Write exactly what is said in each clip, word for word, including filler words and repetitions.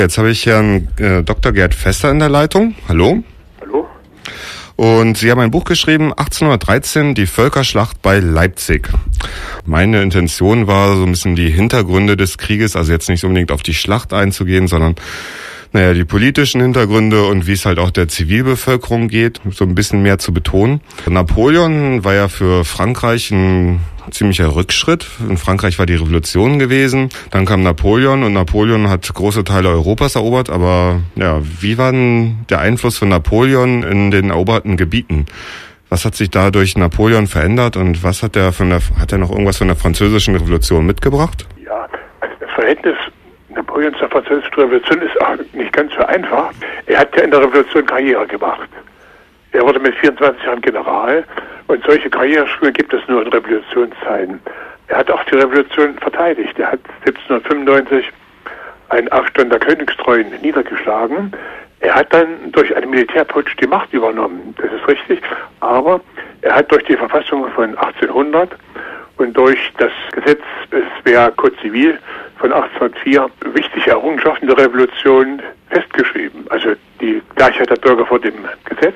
Jetzt habe ich Herrn äh, Doktor Gerd Fester in der Leitung. Hallo. Hallo. Und Sie haben ein Buch geschrieben, achtzehnhundertdreizehn, die Völkerschlacht bei Leipzig. Meine Intention war, so ein bisschen die Hintergründe des Krieges, also jetzt nicht unbedingt auf die Schlacht einzugehen, sondern naja, die politischen Hintergründe und wie es halt auch der Zivilbevölkerung geht, so ein bisschen mehr zu betonen. Napoleon war ja für Frankreich ein ziemlicher Rückschritt. In Frankreich war die Revolution gewesen, dann kam Napoleon und Napoleon hat große Teile Europas erobert, aber ja, wie war denn der Einfluss von Napoleon in den eroberten Gebieten? Was hat sich da durch Napoleon verändert und was hat er von der, hat er noch irgendwas von der französischen Revolution mitgebracht? Ja, also das Verhältnis Napoleons zur französischen Revolution ist auch nicht ganz so einfach. Er hat ja in der Revolution Karriere gemacht. Er wurde mit vierundzwanzig Jahren General und solche Karriereschulen gibt es nur in Revolutionszeiten. Er hat auch die Revolution verteidigt. Er hat siebzehnhundertfünfundneunzig einen Aufstand der Königstreuen niedergeschlagen. Er hat dann durch einen Militärputsch die Macht übernommen, das ist richtig, aber er hat durch die Verfassung von achtzehnhundert und durch das Gesetz Spes Code Civil von achtzehnhundertvier wichtige Errungenschaften der Revolution festgeschrieben. Also die Gleichheit der Bürger vor dem Gesetz,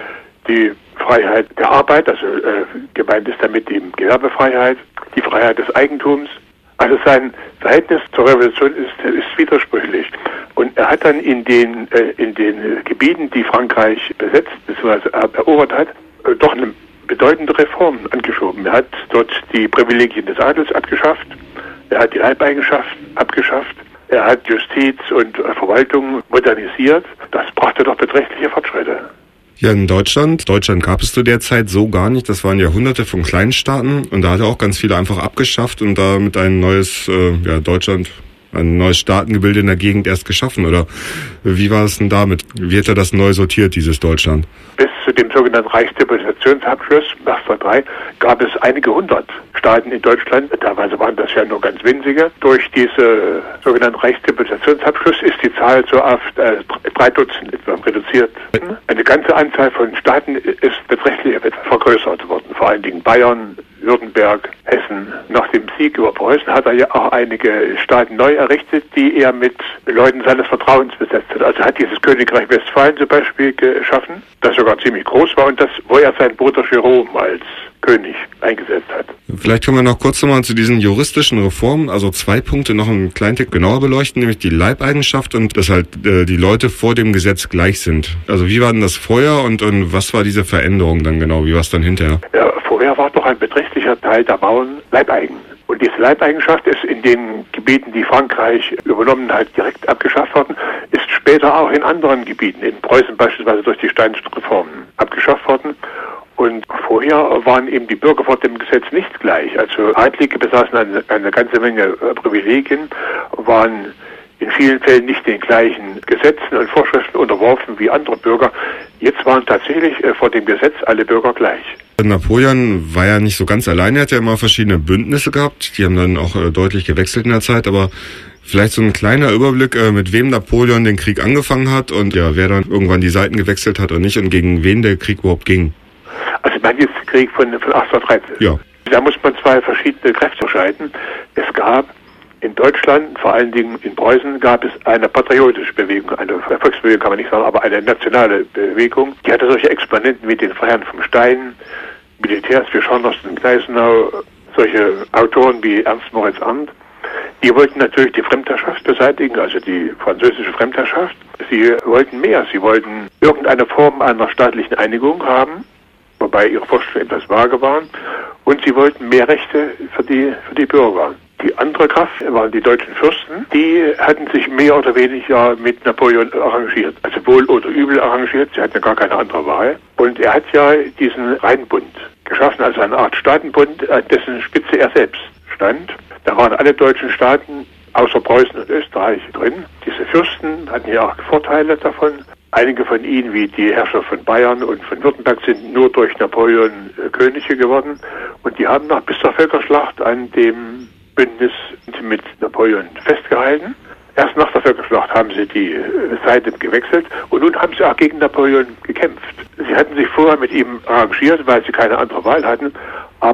die Freiheit der Arbeit, also äh, gemeint ist damit die Gewerbefreiheit, die Freiheit des Eigentums. Also sein Verhältnis zur Revolution ist, ist widersprüchlich. Und er hat dann in den, äh, in den Gebieten, die Frankreich besetzt bzw. erobert hat, äh, doch eine bedeutende Reform angeschoben. Er hat dort die Privilegien des Adels abgeschafft, er hat die Leibeigenschaft abgeschafft, er hat Justiz und Verwaltung modernisiert. Das brachte doch beträchtliche Fortschritte. Ja, in Deutschland. Deutschland gab es zu der Zeit so gar nicht. Das waren Jahrhunderte von Kleinstaaten und da hat er auch ganz viele einfach abgeschafft und damit ein neues, äh, ja, Deutschland, ein neues Staatengebilde in der Gegend erst geschaffen. Oder wie war es denn damit? Wie hat er das neu sortiert, dieses Deutschland? Bis zu dem sogenannten Reichsdeputationsabschluss achtzehnhundertdrei gab es einige hundert Staaten in Deutschland. Teilweise waren das ja nur ganz winzige. Durch diese sogenannten Reichsdeputationsabschluss ist die Zahl so auf äh, drei Dutzend etwa reduziert. Eine ganze Anzahl von Staaten ist beträchtlich vergrößert worden. Vor allen Dingen Bayern, Württemberg, Hessen. Nach dem Sieg über Preußen hat er ja auch einige Staaten neu errichtet, die er mit Leuten seines Vertrauens besetzt hat. Also hat dieses Königreich Westfalen zum Beispiel geschaffen, das sogar ziemlich groß war und das, wo er seinen Bruder Jerome als König eingesetzt hat. Vielleicht können wir noch kurz nochmal zu diesen juristischen Reformen, also zwei Punkte noch einen kleinen Tick genauer beleuchten, nämlich die Leibeigenschaft und dass halt äh, die Leute vor dem Gesetz gleich sind. Also wie war denn das vorher und, und was war diese Veränderung dann genau? Wie war es dann hinterher? Ja, vorher war doch ein beträchtlicher Teil der Bauern leibeigen. Und diese Leibeigenschaft ist in den Gebieten, die Frankreich übernommen hat, direkt abgeschafft worden, ist später auch in anderen Gebieten, in Preußen beispielsweise durch die Steinreformen abgeschafft worden. Und vorher waren eben die Bürger vor dem Gesetz nicht gleich. Also Adlige besaßen eine, eine ganze Menge Privilegien, waren in vielen Fällen nicht den gleichen Gesetzen und Vorschriften unterworfen wie andere Bürger. Jetzt waren tatsächlich vor dem Gesetz alle Bürger gleich. Napoleon war ja nicht so ganz alleine, er hat ja immer verschiedene Bündnisse gehabt, die haben dann auch äh, deutlich gewechselt in der Zeit, aber vielleicht so ein kleiner Überblick, äh, mit wem Napoleon den Krieg angefangen hat und ja, wer dann irgendwann die Seiten gewechselt hat und nicht und gegen wen der Krieg überhaupt ging. Also man jetzt den Krieg von, von achtzehnhundertdreizehn. Ja. Da muss man zwei verschiedene Kräfte unterscheiden. Es gab in Deutschland, vor allen Dingen in Preußen, gab es eine patriotische Bewegung, eine Volksbewegung kann man nicht sagen, aber eine nationale Bewegung. Die hatte solche Exponenten wie den Freiherrn vom Stein, Militärs wie Schornost und Gneisenau, solche Autoren wie Ernst Moritz Arndt. Die wollten natürlich die Fremdherrschaft beseitigen, also die französische Fremdherrschaft. Sie wollten mehr, sie wollten irgendeine Form einer staatlichen Einigung haben, wobei ihre Vorstellungen etwas vage waren. Und sie wollten mehr Rechte für die, für die Bürger. Die andere Kraft waren die deutschen Fürsten. Die hatten sich mehr oder weniger mit Napoleon arrangiert. Also wohl oder übel arrangiert. Sie hatten ja gar keine andere Wahl. Und er hat ja diesen Rheinbund geschaffen, also eine Art Staatenbund, an dessen Spitze er selbst stand. Da waren alle deutschen Staaten außer Preußen und Österreich drin. Diese Fürsten hatten ja auch Vorteile davon. Einige von ihnen, wie die Herrscher von Bayern und von Württemberg, sind nur durch Napoleon äh, Könige geworden. Und die haben noch bis zur Völkerschlacht an dem Bündnis mit Napoleon festgehalten. Erst nach der Völkerschlacht haben sie die äh, Seite gewechselt und nun haben sie auch gegen Napoleon gekämpft. Sie hatten sich vorher mit ihm arrangiert, weil sie keine andere Wahl hatten, aber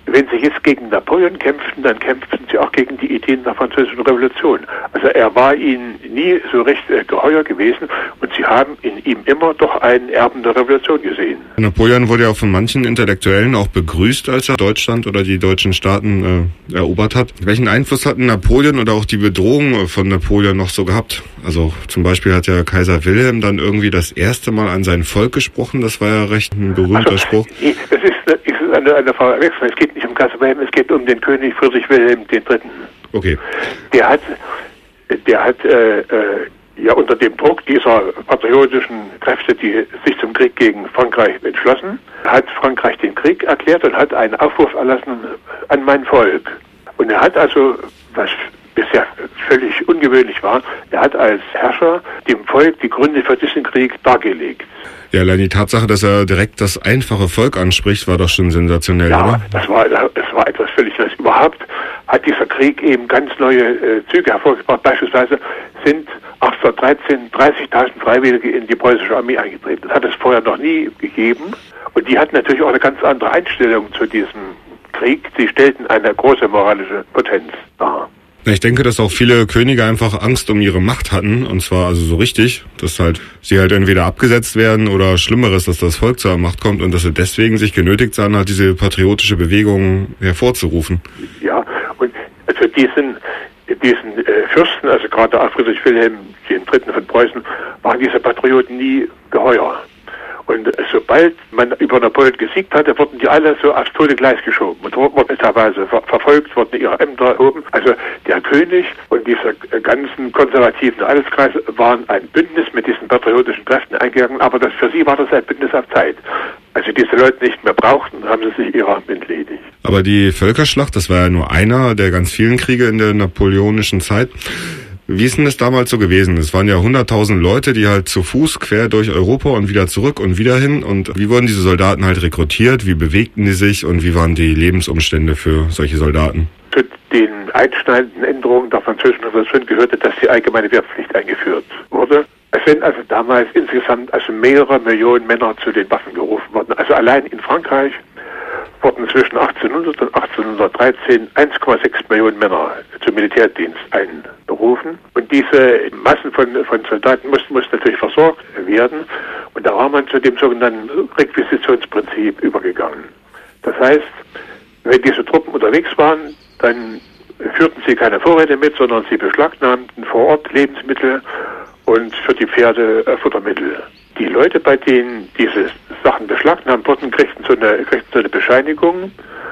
wenn sie jetzt gegen Napoleon kämpften, dann kämpften sie auch gegen die Ideen der Französischen Revolution. Also er war ihnen nie so recht äh, geheuer gewesen und sie haben in ihm immer doch einen Erben der Revolution gesehen. Napoleon wurde ja auch von manchen Intellektuellen auch begrüßt, als er Deutschland oder die deutschen Staaten äh, erobert hat. Welchen Einfluss hatten Napoleon oder auch die Bedrohung von Napoleon noch so gehabt? Also zum Beispiel hat ja Kaiser Wilhelm dann irgendwie das erste Mal an sein Volk gesprochen. Das war ja recht ein berühmter also, Spruch. Es ist, es ist eine, eine Verwechslung. Es geht nicht um Kaiser Wilhelm, es geht um den König Friedrich Wilhelm der Dritte. Okay. Der hat, der hat äh, äh, ja unter dem Druck dieser patriotischen Kräfte, die sich zum Krieg gegen Frankreich entschlossen, hat Frankreich den Krieg erklärt und hat einen Aufruf erlassen an mein Volk. Und er hat also, was bisher völlig ungewöhnlich war, er hat als Herrscher dem Volk die Gründe für diesen Krieg dargelegt. Ja, allein die Tatsache, dass er direkt das einfache Volk anspricht, war doch schon sensationell, ja, oder? das war, das war etwas völlig Neues. Überhaupt hat dieser Krieg eben ganz neue äh, Züge hervorgebracht. Beispielsweise sind achtzehnhundertdreizehn dreißigtausend Freiwillige in die preußische Armee eingetreten. Das hat es vorher noch nie gegeben. Und die hatten natürlich auch eine ganz andere Einstellung zu diesem Krieg. Sie stellten eine große moralische Potenz dar. Ich denke, dass auch viele Könige einfach Angst um ihre Macht hatten, und zwar also so richtig, dass halt sie halt entweder abgesetzt werden oder Schlimmeres, dass das Volk zur Macht kommt und dass sie deswegen sich genötigt sahen, halt diese patriotische Bewegung hervorzurufen. Ja, und also diesen, diesen äh, Fürsten, also gerade auch Friedrich Wilhelm den Dritten von Preußen, waren diese Patrioten nie geheuer. Und sobald man über Napoleon gesiegt hatte, wurden die alle so aufs Todesgleis geschoben und wurden teilweise ver verfolgt, wurden ihre Ämter erhoben. Also der König und diese ganzen konservativen Adelskreise waren ein Bündnis mit diesen patriotischen Kräften eingegangen, aber das, für sie war das ein Bündnis auf Zeit. Als sie diese Leute nicht mehr brauchten, haben sie sich ihrer entledigt. Aber die Völkerschlacht, das war ja nur einer der ganz vielen Kriege in der napoleonischen Zeit. Wie ist denn das damals so gewesen? Es waren ja hunderttausend Leute, die halt zu Fuß quer durch Europa und wieder zurück und wieder hin. Und wie wurden diese Soldaten halt rekrutiert? Wie bewegten die sich und wie waren die Lebensumstände für solche Soldaten? Zu den einschneidenden Änderungen der französischen Revolution gehörte, dass die allgemeine Wehrpflicht eingeführt wurde. Es sind also damals insgesamt also mehrere Millionen Männer zu den Waffen gerufen worden. Also allein in Frankreich wurden zwischen achtzehnhundert und achtzehnhundertdreizehn eins Komma sechs Millionen Männer zum Militärdienst einberufen. Und diese Massen von, von Soldaten mussten, mussten natürlich versorgt werden. Und da war man zu dem sogenannten Requisitionsprinzip übergegangen. Das heißt, wenn diese Truppen unterwegs waren, dann führten sie keine Vorräte mit, sondern sie beschlagnahmten vor Ort Lebensmittel und für die Pferde äh, Futtermittel. Die Leute, bei denen diese Sachen beschlagnahmt wurden, kriegten so eine, kriegten so eine Bescheinigung,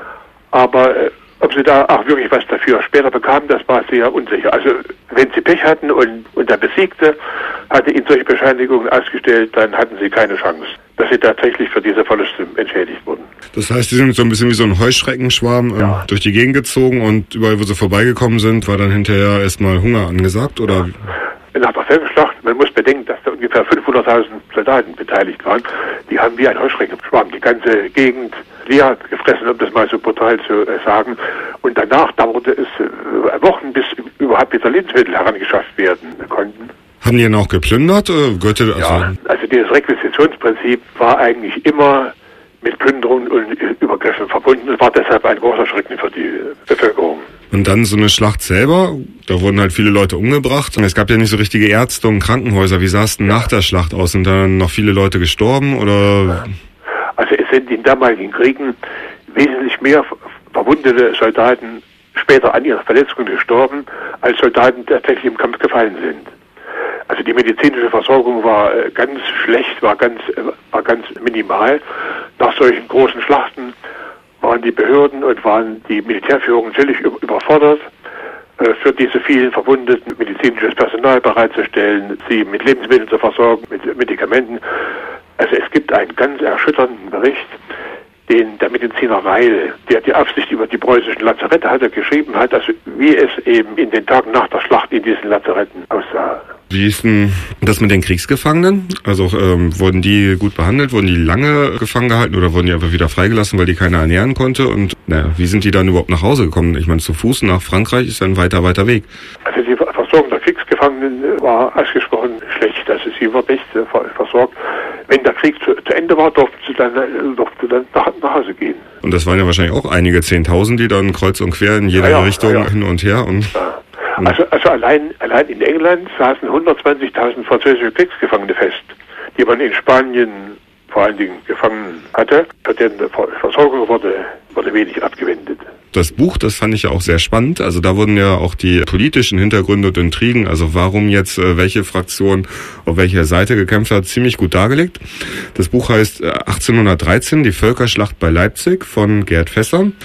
aber äh, ob sie da auch wirklich was dafür später bekamen, das war sehr unsicher. Also wenn sie Pech hatten und, und der Besiegte hatte ihnen solche Bescheinigungen ausgestellt, dann hatten sie keine Chance, dass sie tatsächlich für diese Verluste entschädigt wurden. Das heißt, die sind so ein bisschen wie so ein Heuschreckenschwarm ja. äh, durch die Gegend gezogen und überall, wo sie vorbeigekommen sind, war dann hinterher erstmal Hunger angesagt, oder? Ja. Nach der Völkerschlacht, man muss bedenken, dass da ungefähr fünfhunderttausend Soldaten beteiligt waren. Die haben wie ein Heuschreckenschwarm die ganze Gegend leer gefressen, um das mal so brutal zu äh, sagen. Und danach dauerte es äh, Wochen, bis überhaupt wieder Lebensmittel herangeschafft werden konnten. Haben die denn auch geplündert? Äh, Götte, also ja, also dieses Requisitionsprinzip war eigentlich immer mit Plünderungen und Übergriffen verbunden und war deshalb ein großer Schrecken für die Bevölkerung. Und dann so eine Schlacht selber, da wurden halt viele Leute umgebracht. Und es gab ja nicht so richtige Ärzte und Krankenhäuser. Wie sah es denn nach der Schlacht aus? Sind dann noch viele Leute gestorben, oder? Also es sind in damaligen Kriegen wesentlich mehr verwundete Soldaten später an ihren Verletzungen gestorben, als Soldaten tatsächlich im Kampf gefallen sind. Also die medizinische Versorgung war ganz schlecht, war ganz, war ganz minimal. Nach solchen großen Schlachten waren die Behörden und waren die Militärführung völlig überfordert, für diese vielen Verwundeten medizinisches Personal bereitzustellen, sie mit Lebensmitteln zu versorgen, mit Medikamenten. Also es gibt einen ganz erschütternden Bericht, den der Mediziner Weil, der die Aufsicht über die preußischen Lazarette hatte, geschrieben hat, also wie es eben in den Tagen nach der Schlacht in diesen Lazaretten aussah. Wie ist denn das mit den Kriegsgefangenen? Also ähm, wurden die gut behandelt? Wurden die lange gefangen gehalten oder wurden die einfach wieder freigelassen, weil die keiner ernähren konnte? Und naja, wie sind die dann überhaupt nach Hause gekommen? Ich meine, zu Fuß nach Frankreich ist ja ein weiter, weiter Weg. Also die Versorgung der Kriegsgefangenen war ausgesprochen schlecht. Also sie wurde nicht versorgt. Wenn der Krieg zu, zu Ende war, durften sie dann, durften sie dann nach, nach Hause gehen. Und das waren ja wahrscheinlich auch einige Zehntausend, die dann kreuz und quer in jeder ja, ja, Richtung ja, ja. hin und her. Und ja. Also, also allein, allein in England saßen hundertzwanzigtausend französische Kriegsgefangene fest, die man in Spanien vor allen Dingen gefangen hatte. Für deren Versorgung wurde, wurde wenig abgewendet. Das Buch, das fand ich ja auch sehr spannend. Also da wurden ja auch die politischen Hintergründe und Intrigen, also warum jetzt äh, welche Fraktion auf welcher Seite gekämpft hat, ziemlich gut dargelegt. Das Buch heißt äh, achtzehnhundertdreizehn, die Völkerschlacht bei Leipzig von Gerd Fässer.